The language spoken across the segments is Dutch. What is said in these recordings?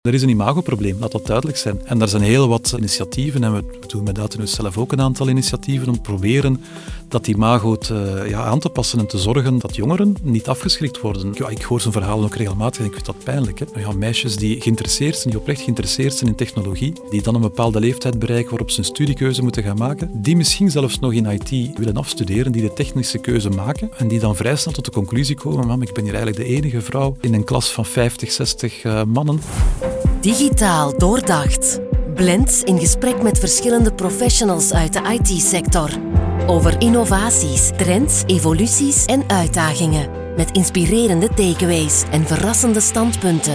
Er is een imagoprobleem, laat dat duidelijk zijn. En er zijn heel wat initiatieven, en we doen met Datenus zelf ook een aantal initiatieven om te proberen dat imago aan te passen en te zorgen dat jongeren niet afgeschrikt worden. Ja, ik hoor zo'n verhalen ook regelmatig en ik vind dat pijnlijk. Hè? Ja, meisjes die geïnteresseerd zijn, die oprecht geïnteresseerd zijn in technologie, die dan een bepaalde leeftijd bereiken waarop ze een studiekeuze moeten gaan maken, die misschien zelfs nog in IT willen afstuderen, die de technische keuze maken en die dan vrij snel tot de conclusie komen, mam, ik ben hier eigenlijk de enige vrouw in een klas van 50, 60 mannen. Digitaal doordacht. Blend in gesprek met verschillende professionals uit de IT-sector. Over innovaties, trends, evoluties en uitdagingen. Met inspirerende takeaways en verrassende standpunten.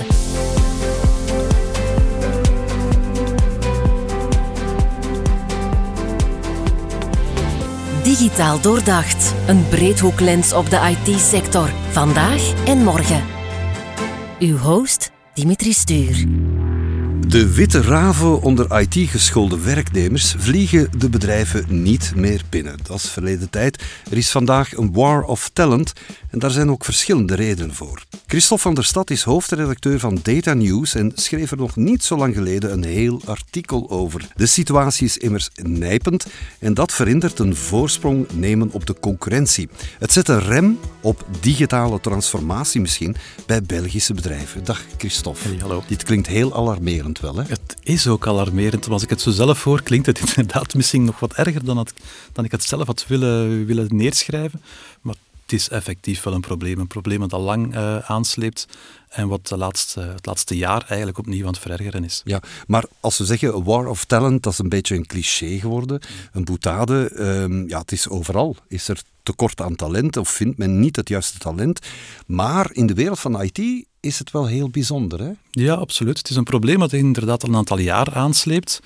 Digitaal doordacht. Een breedhoeklens op de IT-sector. Vandaag en morgen. Uw host Dimitri Stuur. De witte raven onder IT-geschoolde werknemers vliegen de bedrijven niet meer binnen. Dat is verleden tijd. Er is vandaag een war of talent en daar zijn ook verschillende redenen voor. Christophe van der Stad is hoofdredacteur van Data News en schreef er nog niet zo lang geleden een heel artikel over. De situatie is immers nijpend en dat verhindert een voorsprong nemen op de concurrentie. Het zet een rem op digitale transformatie misschien bij Belgische bedrijven. Dag Christophe. Hey, hallo. Dit klinkt heel alarmerend wel, hè? Het is ook alarmerend, maar als ik het zo zelf hoor, klinkt het inderdaad misschien nog wat erger dan ik het zelf had willen neerschrijven. Maar het is effectief wel een probleem dat al lang aansleept en wat het laatste jaar eigenlijk opnieuw aan het verergeren is. Ja, maar als we zeggen a war of talent, dat is een beetje een cliché geworden, een boutade. Het is overal. Is er tekort aan talent of vindt men niet het juiste talent? Maar in de wereld van IT is het wel heel bijzonder, hè? Ja, absoluut. Het is een probleem dat inderdaad al een aantal jaar aansleept.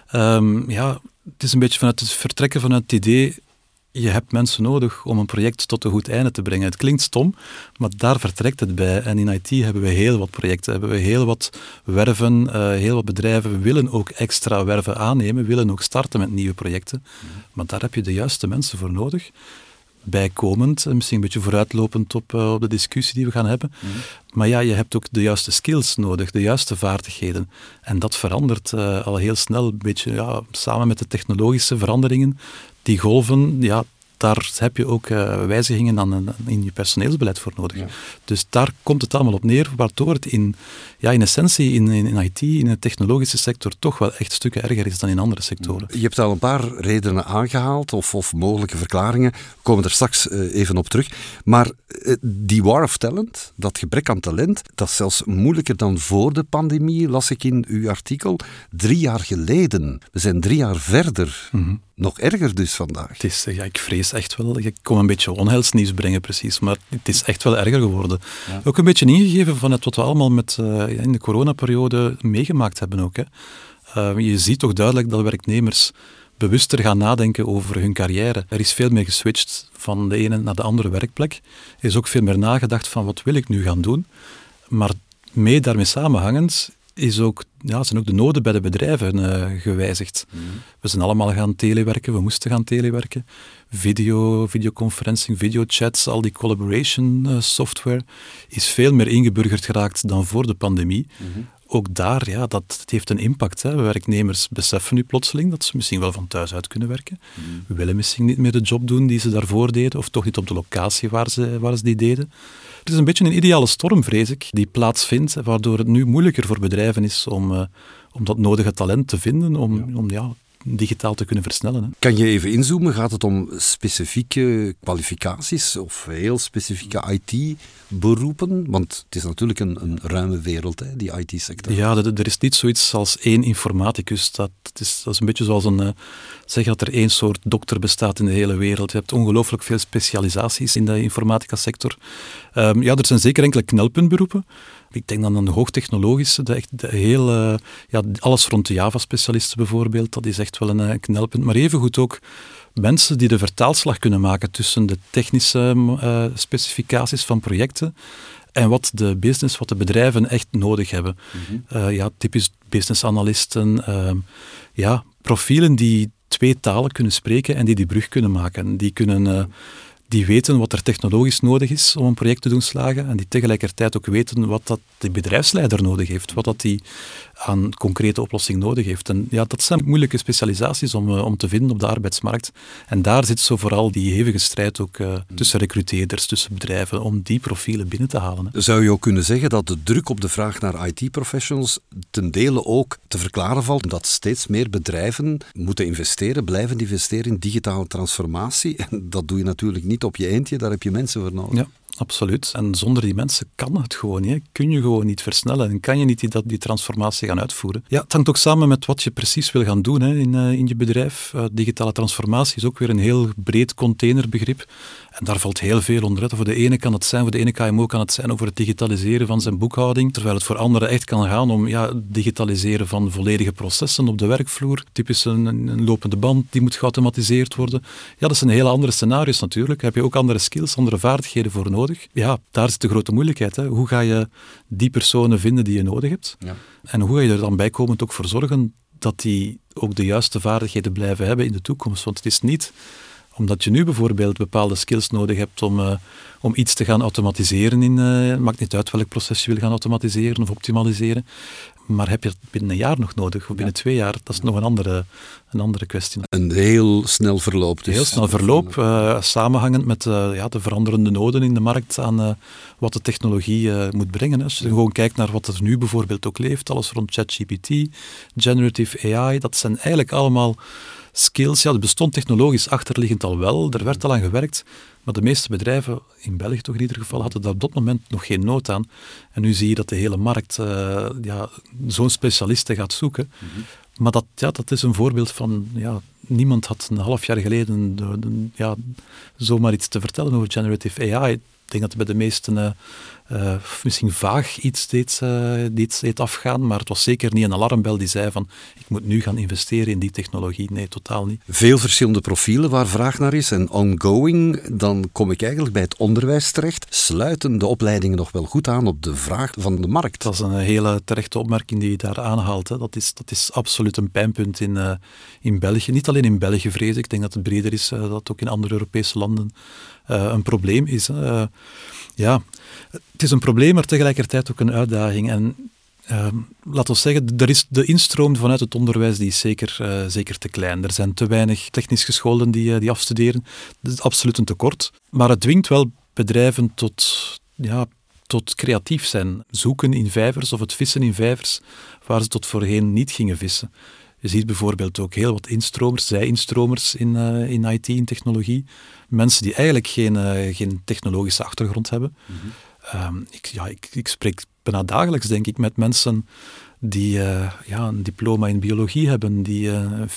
Het is een beetje vanuit het vertrekken vanuit het idee, je hebt mensen nodig om een project tot een goed einde te brengen. Het klinkt stom, maar daar vertrekt het bij. En in IT hebben we heel wat projecten, hebben we heel wat werven, heel wat bedrijven willen ook extra werven aannemen, willen ook starten met nieuwe projecten. Maar daar heb je de juiste mensen voor nodig. Bijkomend, misschien een beetje vooruitlopend op de discussie die we gaan hebben. Maar ja, je hebt ook de juiste skills nodig, de juiste vaardigheden. En dat verandert al heel snel, een beetje samen met de technologische veranderingen. Die golven, daar heb je ook wijzigingen in je personeelsbeleid voor nodig. Ja. Dus daar komt het allemaal op neer, waardoor het in essentie in IT, in de technologische sector, toch wel echt stukken erger is dan in andere sectoren. Je hebt al een paar redenen aangehaald, of mogelijke verklaringen. We komen er straks even op terug. Maar die war of talent, dat gebrek aan talent, dat is zelfs moeilijker dan voor de pandemie, las ik in uw artikel. 3 jaar geleden. We zijn 3 jaar verder. Mm-hmm. Nog erger dus vandaag. Het is, ik vrees echt wel, ik kom een beetje onheilsnieuws brengen precies, maar het is echt wel erger geworden. Ja. Ook een beetje ingegeven van het wat we allemaal in de coronaperiode meegemaakt hebben ook. Hè. Je ziet toch duidelijk dat werknemers bewuster gaan nadenken over hun carrière. Er is veel meer geswitcht van de ene naar de andere werkplek. Er is ook veel meer nagedacht van wat wil ik nu gaan doen. Maar daarmee samenhangend zijn ook de noden bij de bedrijven gewijzigd. We zijn allemaal gaan telewerken, we moesten gaan telewerken. Videoconferencing, videochats, al die collaboration software is veel meer ingeburgerd geraakt dan voor de pandemie. Ook daar, dat heeft een impact. Hè. Werknemers beseffen nu plotseling dat ze misschien wel van thuis uit kunnen werken. We willen misschien niet meer de job doen die ze daarvoor deden, of toch niet op de locatie waar ze die deden. Het is een beetje een ideale storm, vrees ik, die plaatsvindt, waardoor het nu moeilijker voor bedrijven is om dat nodige talent te vinden, om digitaal te kunnen versnellen. Hè. Kan je even inzoomen? Gaat het om specifieke kwalificaties of heel specifieke IT-beroepen? Want het is natuurlijk een ruime wereld, hè, die IT-sector. Ja, er is niet zoiets als één informaticus. Dat is een beetje zoals zeggen dat er één soort dokter bestaat in de hele wereld. Je hebt ongelooflijk veel specialisaties in de informatica-sector. Er zijn zeker enkele knelpuntberoepen. Ik denk dan aan de hoogtechnologische, alles rond de Java-specialisten bijvoorbeeld, dat is echt wel een knelpunt. Maar evengoed ook mensen die de vertaalslag kunnen maken tussen de technische specificaties van projecten en wat de bedrijven echt nodig hebben. Typisch business-analysten, profielen die 2 talen kunnen spreken en die brug kunnen maken. Die die weten wat er technologisch nodig is om een project te doen slagen en die tegelijkertijd ook weten wat dat de bedrijfsleider nodig heeft, wat dat die aan concrete oplossing nodig heeft. En ja, dat zijn moeilijke specialisaties om te vinden op de arbeidsmarkt. En daar zit zo vooral die hevige strijd ook tussen recruteerders, tussen bedrijven, om die profielen binnen te halen. Hè. Zou je ook kunnen zeggen dat de druk op de vraag naar IT-professionals ten dele ook te verklaren valt dat steeds meer bedrijven moeten investeren, blijven investeren in digitale transformatie? En dat doe je natuurlijk niet op je eentje, daar heb je mensen voor nodig. Ja. Absoluut. En zonder die mensen kan het gewoon niet. Kun je gewoon niet versnellen en kan je niet die transformatie gaan uitvoeren. Ja, het hangt ook samen met wat je precies wil gaan doen in je bedrijf. Digitale transformatie is ook weer een heel breed containerbegrip. En daar valt heel veel onder. Voor de ene kan het zijn, voor de ene KMO kan het zijn over het digitaliseren van zijn boekhouding, terwijl het voor anderen echt kan gaan om digitaliseren van volledige processen op de werkvloer. Typisch een lopende band, die moet geautomatiseerd worden. Ja, dat zijn hele andere scenario's natuurlijk. Daar heb je ook andere skills, andere vaardigheden voor nodig. Ja, daar zit de grote moeilijkheid. Hè. Hoe ga je die personen vinden die je nodig hebt? Ja. En hoe ga je er dan bijkomend ook voor zorgen dat die ook de juiste vaardigheden blijven hebben in de toekomst? Want het is niet omdat je nu bijvoorbeeld bepaalde skills nodig hebt om iets te gaan automatiseren. Het maakt niet uit welk proces je wil gaan automatiseren of optimaliseren. Maar heb je het binnen een jaar nog nodig, of binnen 2 jaar? Dat is nog een andere kwestie. Een heel snel verloop. Dus. Heel snel verloop, samenhangend met de veranderende noden in de markt aan wat de technologie moet brengen. Als je gewoon kijkt naar wat er nu bijvoorbeeld ook leeft, alles rond ChatGPT, Generative AI, dat zijn eigenlijk allemaal skills. Ja, dat bestond technologisch achterliggend al wel, er werd al aan gewerkt, maar de meeste bedrijven, in België toch in ieder geval, hadden daar op dat moment nog geen nood aan. En nu zie je dat de hele markt zo'n specialisten gaat zoeken. Mm-hmm. Maar dat is een voorbeeld van, niemand had een half jaar geleden zomaar iets te vertellen over generative AI. Ik denk dat het bij de meesten misschien vaag iets deed afgaan, maar het was zeker niet een alarmbel die zei van ik moet nu gaan investeren in die technologie. Nee, totaal niet. Veel verschillende profielen waar vraag naar is en ongoing, dan kom ik eigenlijk bij het onderwijs terecht. Sluiten de opleidingen nog wel goed aan op de vraag van de markt? Dat is een hele terechte opmerking die je daar aanhaalt. Hè. Dat is absoluut een pijnpunt in België. Niet alleen in België, vrees ik. Ik denk dat het breder is, dat het ook in andere Europese landen een probleem is. Het is een probleem, maar tegelijkertijd ook een uitdaging. En laten we zeggen, de instroom vanuit het onderwijs die is zeker te klein. Er zijn te weinig technisch gescholden die afstuderen. Dat is absoluut een tekort. Maar het dwingt wel bedrijven tot creatief zijn. Zoeken in vijvers of het vissen in vijvers waar ze tot voorheen niet gingen vissen. Je ziet bijvoorbeeld ook heel wat zij-instromers in IT, in technologie. Mensen die eigenlijk geen technologische achtergrond hebben. Mm-hmm. Ik spreek bijna dagelijks, denk ik, met mensen die een diploma in biologie hebben, die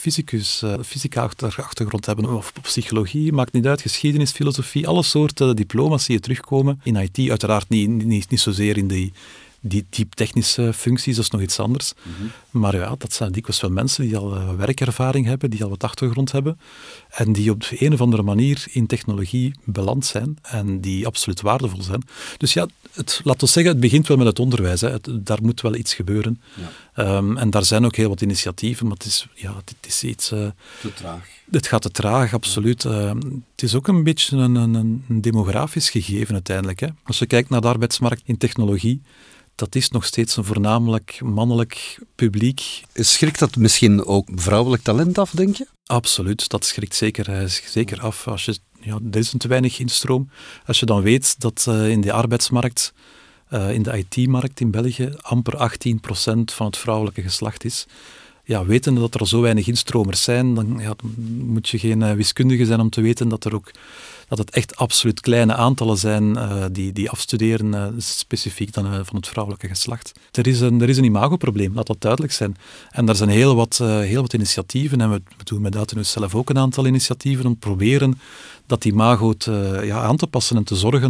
fysica-achtergrond hebben, of psychologie, maakt niet uit, geschiedenis, filosofie, alle soorten diploma's zie je terugkomen. In IT uiteraard niet zozeer in die diep technische functies, dat is nog iets anders. Mm-hmm. Maar dat zijn dikwijls wel mensen die al werkervaring hebben, die al wat achtergrond hebben en die op een of andere manier in technologie beland zijn en die absoluut waardevol zijn. Dus laten we zeggen, het begint wel met het onderwijs. Hè. Daar moet wel iets gebeuren. Ja. En daar zijn ook heel wat initiatieven, maar het is iets... te traag. Het gaat te traag, absoluut. Het is ook een beetje een demografisch gegeven uiteindelijk. Hè. Als je kijkt naar de arbeidsmarkt in technologie, dat is nog steeds een voornamelijk mannelijk publiek. Schrikt dat misschien ook vrouwelijk talent af, denk je? Absoluut, dat schrikt zeker af. Er is een te weinig instroom. Als je dan weet dat in de arbeidsmarkt, in de IT-markt in België, amper 18% van het vrouwelijke geslacht is. Ja, wetende dat er zo weinig instromers zijn, dan moet je geen wiskundige zijn om te weten dat het echt absoluut kleine aantallen zijn die afstuderen, specifiek dan van het vrouwelijke geslacht. Er is een imagoprobleem, laat dat duidelijk zijn. En daar zijn heel wat initiatieven, en we doen met Datenus zelf ook een aantal initiatieven om te proberen dat imago aan te passen en te zorgen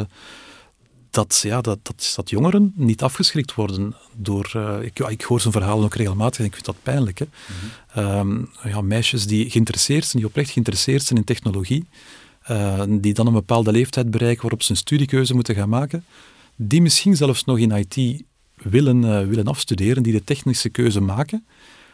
dat jongeren niet afgeschrikt worden door... Ik hoor zo'n verhalen ook regelmatig en ik vind dat pijnlijk. Hè? Mm-hmm. Meisjes die geïnteresseerd zijn, die oprecht geïnteresseerd zijn in technologie, die dan een bepaalde leeftijd bereiken waarop ze een studiekeuze moeten gaan maken, die misschien zelfs nog in IT willen afstuderen, die de technische keuze maken,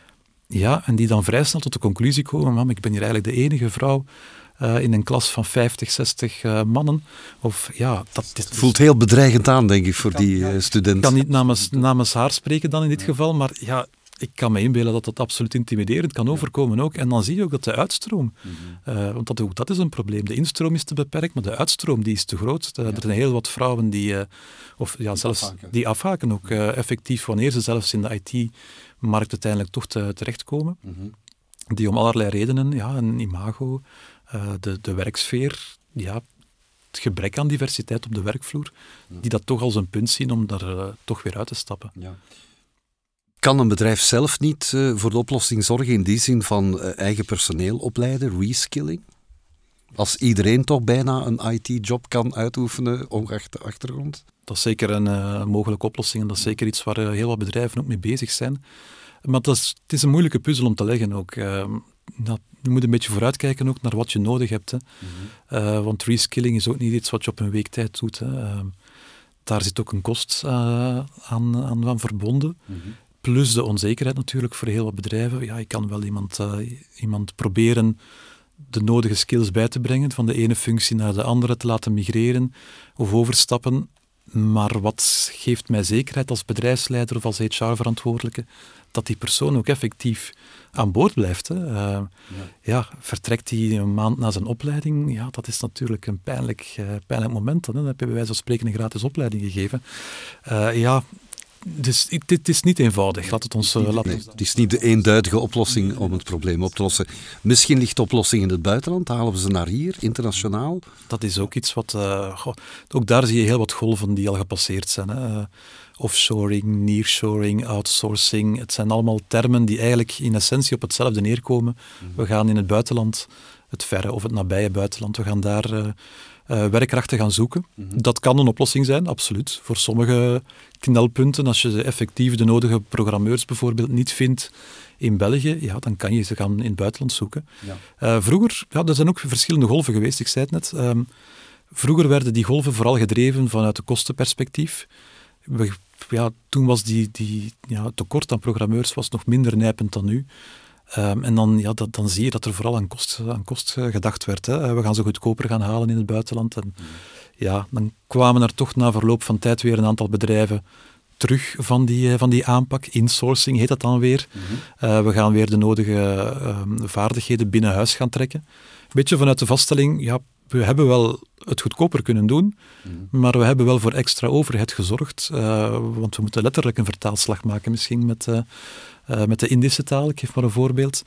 Ja, en die dan vrij snel tot de conclusie komen, mam, ik ben hier eigenlijk de enige vrouw in een klas van 50, 60 mannen. Of, ja, het voelt heel bedreigend aan, denk ik, voor die student. Ik kan niet namens haar spreken dan in dit geval, maar ja, ik kan me inbeelden dat dat absoluut intimiderend kan overkomen ook. En dan zie je ook dat de uitstroom, want ook dat is een probleem. De instroom is te beperkt, maar de uitstroom die is te groot. Er zijn heel wat vrouwen die afhaken ook effectief, wanneer ze zelfs in de IT-markt uiteindelijk toch terechtkomen. Die om allerlei redenen, een imago, de werksfeer, het gebrek aan diversiteit op de werkvloer, die dat toch als een punt zien om daar toch weer uit te stappen. Ja. Kan een bedrijf zelf niet voor de oplossing zorgen in die zin van eigen personeel opleiden, reskilling? Als iedereen toch bijna een IT-job kan uitoefenen, ongeacht de achtergrond? Dat is zeker een mogelijke oplossing en dat is zeker iets waar heel wat bedrijven ook mee bezig zijn. Maar het is een moeilijke puzzel om te leggen ook. Je moet een beetje vooruitkijken ook naar wat je nodig hebt. Hè. Want reskilling is ook niet iets wat je op een week tijd doet. Hè. Daar zit ook een kost aan verbonden. Plus de onzekerheid natuurlijk voor heel wat bedrijven. Ja, je kan wel iemand proberen de nodige skills bij te brengen, van de ene functie naar de andere te laten migreren of overstappen. Maar wat geeft mij zekerheid als bedrijfsleider of als HR-verantwoordelijke dat die persoon ook effectief aan boord blijft? Hè? Vertrekt hij een maand na zijn opleiding? Ja, dat is natuurlijk een pijnlijk moment. Dan heb je bij wijze van spreken een gratis opleiding gegeven. Dus dit is niet eenvoudig. Het is niet de eenduidige oplossing om het probleem op te lossen. Misschien ligt de oplossing in het buitenland. Halen we ze naar hier, internationaal? Dat is ook iets wat... ook daar zie je heel wat golven die al gepasseerd zijn. Hè. Offshoring, nearshoring, outsourcing. Het zijn allemaal termen die eigenlijk in essentie op hetzelfde neerkomen. We gaan in het buitenland, het verre of het nabije buitenland, we gaan daar... werkkrachten gaan zoeken. Dat kan een oplossing zijn, absoluut. Voor sommige knelpunten, als je effectief de nodige programmeurs bijvoorbeeld niet vindt in België, dan kan je ze gaan in het buitenland zoeken. Ja. Vroeger, er zijn ook verschillende golven geweest, ik zei het net. Vroeger werden die golven vooral gedreven vanuit de kostenperspectief. Toen was die tekort aan programmeurs was nog minder nijpend dan nu. En dan zie je dat er vooral aan kost gedacht werd. Hè. We gaan ze goedkoper gaan halen in het buitenland. En dan kwamen er toch na verloop van tijd weer een aantal bedrijven terug van die aanpak. Insourcing heet dat dan weer. We gaan weer de nodige vaardigheden binnen huis gaan trekken. Een beetje vanuit de vaststelling, we hebben wel het goedkoper kunnen doen, maar we hebben wel voor extra overhead gezorgd. Want we moeten letterlijk een vertaalslag maken misschien met de Indische taal, ik geef maar een voorbeeld.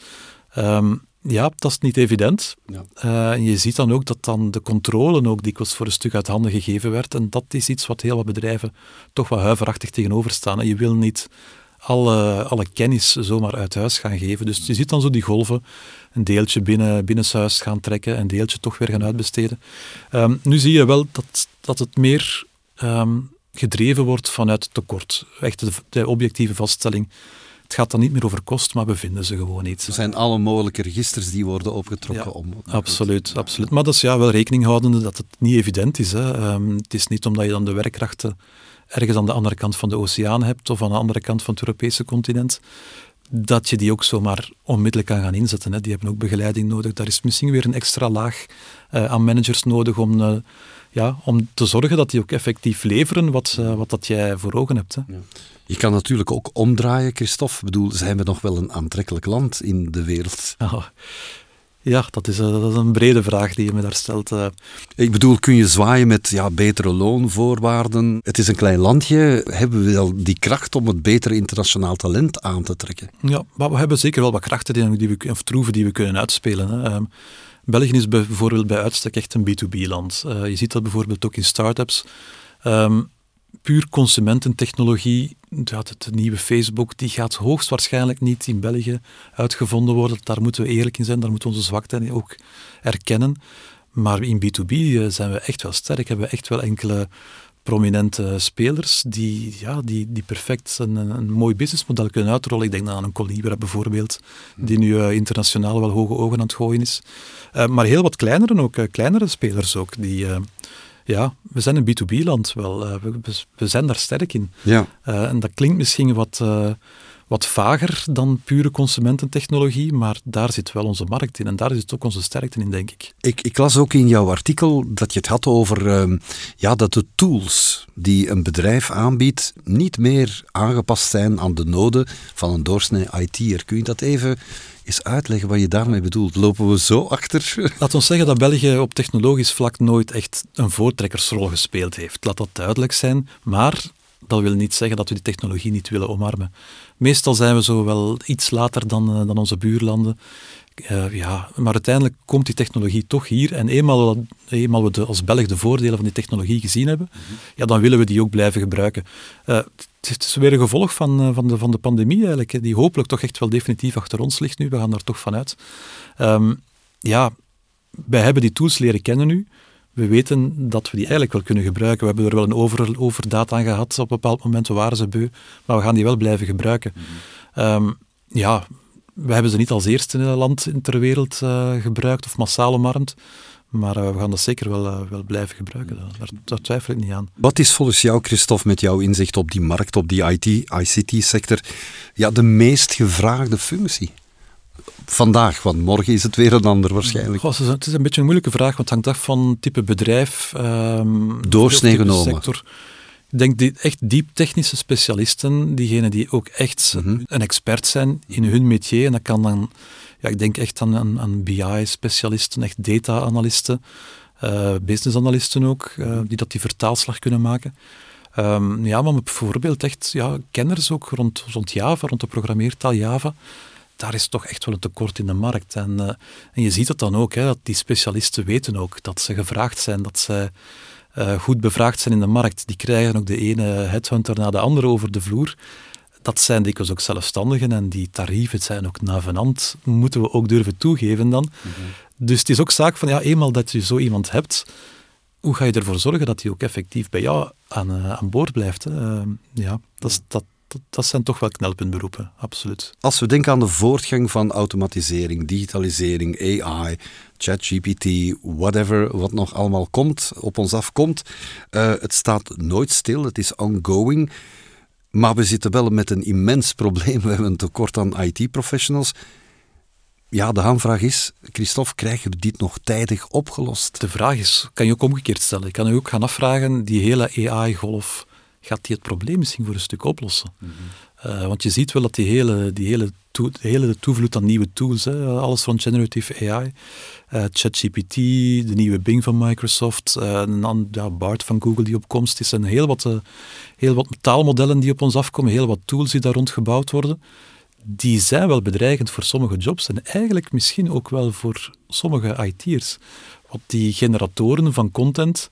Dat is niet evident. Ja. En je ziet dan ook dat dan de controle ook dikwijls voor een stuk uit handen gegeven werd. En dat is iets wat heel wat bedrijven toch wat huiverachtig tegenover staan. En je wil niet alle kennis zomaar uit huis gaan geven. Dus je ziet dan zo die golven, een deeltje binnenshuis gaan trekken, een deeltje toch weer gaan uitbesteden. Nu zie je wel dat het meer gedreven wordt vanuit tekort. Echt de objectieve vaststelling. Het gaat dan niet meer over kost, maar we vinden ze gewoon niet. Er zijn alle mogelijke registers die worden opgetrokken. Absoluut. Maar dat is wel rekening houdende dat het niet evident is. Hè. Het is niet omdat je dan de werkkrachten ergens aan de andere kant van de oceaan hebt of aan de andere kant van het Europese continent, dat je die ook zomaar onmiddellijk kan gaan inzetten. Hè. Die hebben ook begeleiding nodig. Daar is misschien weer een extra laag aan managers nodig om te zorgen dat die ook effectief leveren wat dat jij voor ogen hebt. Hè. Ja. Je kan natuurlijk ook omdraaien, Christophe. Ik bedoel, zijn we nog wel een aantrekkelijk land in de wereld? Ja, dat is een brede vraag die je me daar stelt. Ik bedoel, kun je zwaaien met betere loonvoorwaarden? Het is een klein landje. Hebben we wel die kracht om het betere internationaal talent aan te trekken? Ja, maar we hebben zeker wel wat krachten of troeven die we kunnen uitspelen. Hè. België is bijvoorbeeld bij uitstek echt een B2B-land. Je ziet dat bijvoorbeeld ook in start-ups. Puur consumententechnologie, het nieuwe Facebook, die gaat hoogstwaarschijnlijk niet in België uitgevonden worden. Daar moeten we eerlijk in zijn, daar moeten we onze zwakte ook erkennen. Maar in B2B zijn we echt wel sterk, hebben we echt wel enkele prominente spelers die perfect een mooi businessmodel kunnen uitrollen. Ik denk dan aan een Colibra bijvoorbeeld, die nu internationaal wel hoge ogen aan het gooien is. Maar heel wat kleinere spelers ook, die... we zijn een B2B-land wel. We zijn daar sterk in. Ja. En dat klinkt misschien wat vager dan pure consumententechnologie, maar daar zit wel onze markt in en daar zit ook onze sterkte in, denk ik. Ik las ook in jouw artikel dat je het had over dat de tools die een bedrijf aanbiedt niet meer aangepast zijn aan de noden van een doorsnee IT'er. Kun je dat even eens uitleggen wat je daarmee bedoelt? Lopen we zo achter? Laat ons zeggen dat België op technologisch vlak nooit echt een voortrekkersrol gespeeld heeft. Laat dat duidelijk zijn, maar dat wil niet zeggen dat we die technologie niet willen omarmen. Meestal zijn we zo wel iets later dan onze buurlanden. Maar uiteindelijk komt die technologie toch hier. En eenmaal we als Belg de voordelen van die technologie gezien hebben, dan willen we die ook blijven gebruiken. Het is weer een gevolg van de pandemie eigenlijk, die hopelijk toch echt wel definitief achter ons ligt nu. We gaan daar toch vanuit. Wij hebben die tools leren kennen nu. We weten dat we die eigenlijk wel kunnen gebruiken. We hebben er wel een overdaad aan gehad. Op een bepaald moment waren ze beu, maar we gaan die wel blijven gebruiken. We hebben ze niet als eerste land ter wereld gebruikt of massaal omarmd, maar we gaan dat zeker wel blijven gebruiken. Daar twijfel ik niet aan. Wat is volgens jou, Christophe, met jouw inzicht op die markt, op die ICT-sector, de meest gevraagde functie? Vandaag, want morgen is het weer een ander waarschijnlijk. Het is een beetje een moeilijke vraag, want het hangt af van type bedrijf. Doorsnee genomen. Sector. Ik denk die echt diep technische specialisten, diegenen die ook echt een expert zijn in hun métier, en dat kan dan, ik denk echt aan BI-specialisten, echt data-analysten, business-analysten ook, die vertaalslag kunnen maken. Maar bijvoorbeeld echt kenners ook rond Java, rond de programmeertaal Java. Daar is toch echt wel een tekort in de markt. En je ziet het dan ook, dat die specialisten weten ook dat ze gevraagd zijn, dat ze goed bevraagd zijn in de markt. Die krijgen ook de ene headhunter na de andere over de vloer. Dat zijn dikwijls ook zelfstandigen en die tarieven zijn ook navenant, moeten we ook durven toegeven dan. Dus het is ook zaak van, eenmaal dat je zo iemand hebt, hoe ga je ervoor zorgen dat hij ook effectief bij jou aan boord blijft? Dat zijn toch wel knelpuntberoepen, absoluut. Als we denken aan de voortgang van automatisering, digitalisering, AI, ChatGPT, whatever, wat nog allemaal op ons afkomt, het staat nooit stil, het is ongoing, maar we zitten wel met een immens probleem. We hebben een tekort aan IT-professionals. Ja, de hamvraag is, Christophe, krijgen we dit nog tijdig opgelost? De vraag kan je ook omgekeerd stellen. Je kan je ook gaan afvragen, die hele AI-golf, gaat die het probleem misschien voor een stuk oplossen? Want je ziet wel dat die hele toevloed aan nieuwe tools, alles van generative AI, ChatGPT, de nieuwe Bing van Microsoft, Bard van Google die op komst is, en heel wat taalmodellen die op ons afkomen, heel wat tools die daar rond gebouwd worden, die zijn wel bedreigend voor sommige jobs en eigenlijk misschien ook wel voor sommige IT'ers. Want die generatoren van content,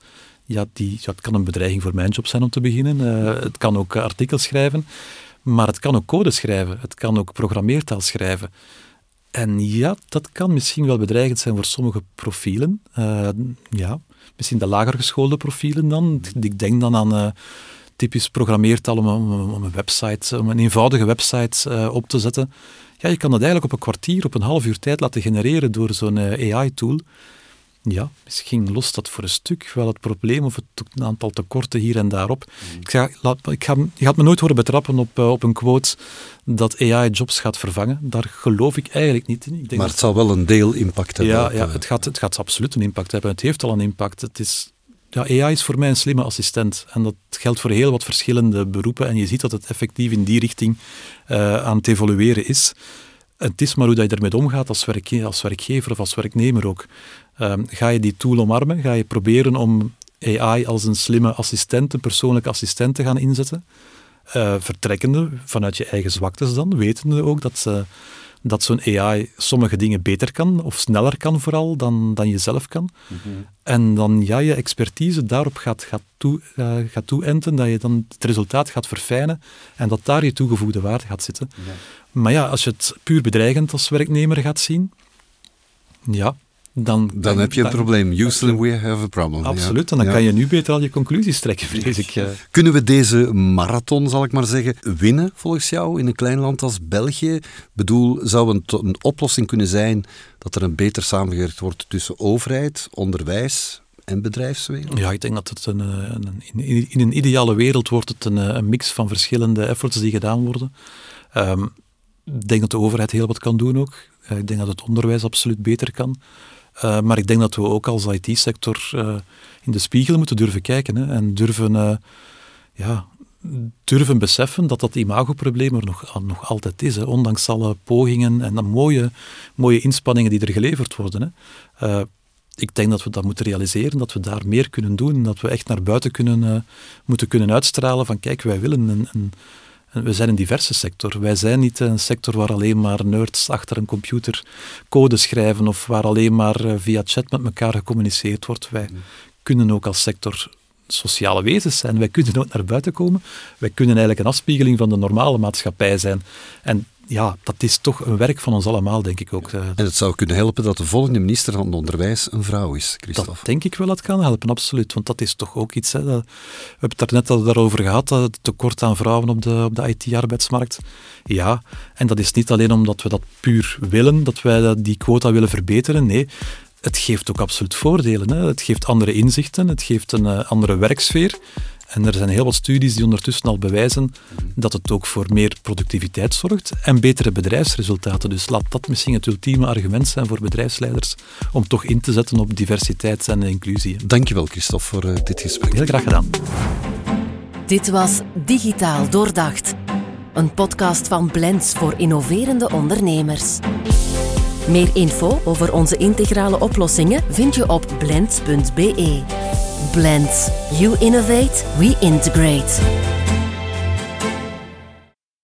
het kan een bedreiging voor mijn job zijn om te beginnen. Het kan ook artikels schrijven, maar het kan ook code schrijven. Het kan ook programmeertaal schrijven. En dat kan misschien wel bedreigend zijn voor sommige profielen. Misschien de lager geschoolde profielen dan. Ik denk dan aan typisch programmeertaal om een website, om een eenvoudige website op te zetten. Je kan dat eigenlijk op een kwartier, op een half uur tijd laten genereren door zo'n AI-tool. Ja, misschien lost dat voor een stuk wel het probleem of een aantal tekorten hier en daar op. Je gaat me nooit horen betrappen op een quote dat AI jobs gaat vervangen. Daar geloof ik eigenlijk niet in. Maar het zal wel een deel impact hebben. Het gaat absoluut een impact hebben. Het heeft al een impact. AI is voor mij een slimme assistent. En dat geldt voor heel wat verschillende beroepen. En je ziet dat het effectief in die richting aan het evolueren is. Het is maar hoe dat je ermee omgaat als werkgever of als werknemer ook. Ga je die tool omarmen? Ga je proberen om AI als een slimme assistent, een persoonlijke assistent te gaan inzetten? Vertrekkende vanuit je eigen zwaktes dan, wetende ook dat zo'n AI sommige dingen beter kan, of sneller kan vooral, dan je zelf kan. En dan je expertise daarop gaat toeënten, dat je dan het resultaat gaat verfijnen en dat daar je toegevoegde waarde gaat zitten. Ja. Maar als je het puur bedreigend als werknemer gaat zien, dan heb je een probleem. Houston, we have a problem. Absoluut, en dan kan je nu beter al je conclusies trekken, vrees ik. Kunnen we deze marathon, zal ik maar zeggen, winnen volgens jou in een klein land als België? Zou een oplossing kunnen zijn dat er een beter samengewerkt wordt tussen overheid, onderwijs en bedrijfswereld? Ja, ik denk dat het in een ideale wereld wordt het een mix van verschillende efforts die gedaan worden. Ik denk dat de overheid heel wat kan doen ook. Ik denk dat het onderwijs absoluut beter kan. Maar ik denk dat we ook als IT-sector in de spiegel moeten durven kijken. Hè, en durven beseffen dat imagoprobleem er nog altijd is. Hè, ondanks alle pogingen en de mooie inspanningen die er geleverd worden. Hè. Ik denk dat we dat moeten realiseren, dat we daar meer kunnen doen. Dat we echt naar buiten moeten kunnen uitstralen van kijk, wij willen we zijn een diverse sector. Wij zijn niet een sector waar alleen maar nerds achter een computer code schrijven of waar alleen maar via chat met elkaar gecommuniceerd wordt. Wij kunnen ook als sector sociale wezens zijn. Wij kunnen ook naar buiten komen. Wij kunnen eigenlijk een afspiegeling van de normale maatschappij zijn. En ja, dat is toch een werk van ons allemaal, denk ik ook. En het zou kunnen helpen dat de volgende minister van Onderwijs een vrouw is, Christophe. Dat denk ik wel, dat kan helpen, absoluut. Want dat is toch ook iets, hè, we hebben het daar net daarover gehad, het tekort aan vrouwen op de IT-arbeidsmarkt. Ja, en dat is niet alleen omdat we dat puur willen, dat wij die quota willen verbeteren. Nee, het geeft ook absoluut voordelen. Hè. Het geeft andere inzichten, het geeft een andere werksfeer. En er zijn heel wat studies die ondertussen al bewijzen dat het ook voor meer productiviteit zorgt en betere bedrijfsresultaten. Dus laat dat misschien het ultieme argument zijn voor bedrijfsleiders om toch in te zetten op diversiteit en inclusie. Dankjewel, Christophe, voor dit gesprek. Heel graag gedaan. Dit was Digitaal Doordacht, een podcast van Blends voor innoverende ondernemers. Meer info over onze integrale oplossingen vind je op blends.be. Blends. You innovate, we integrate.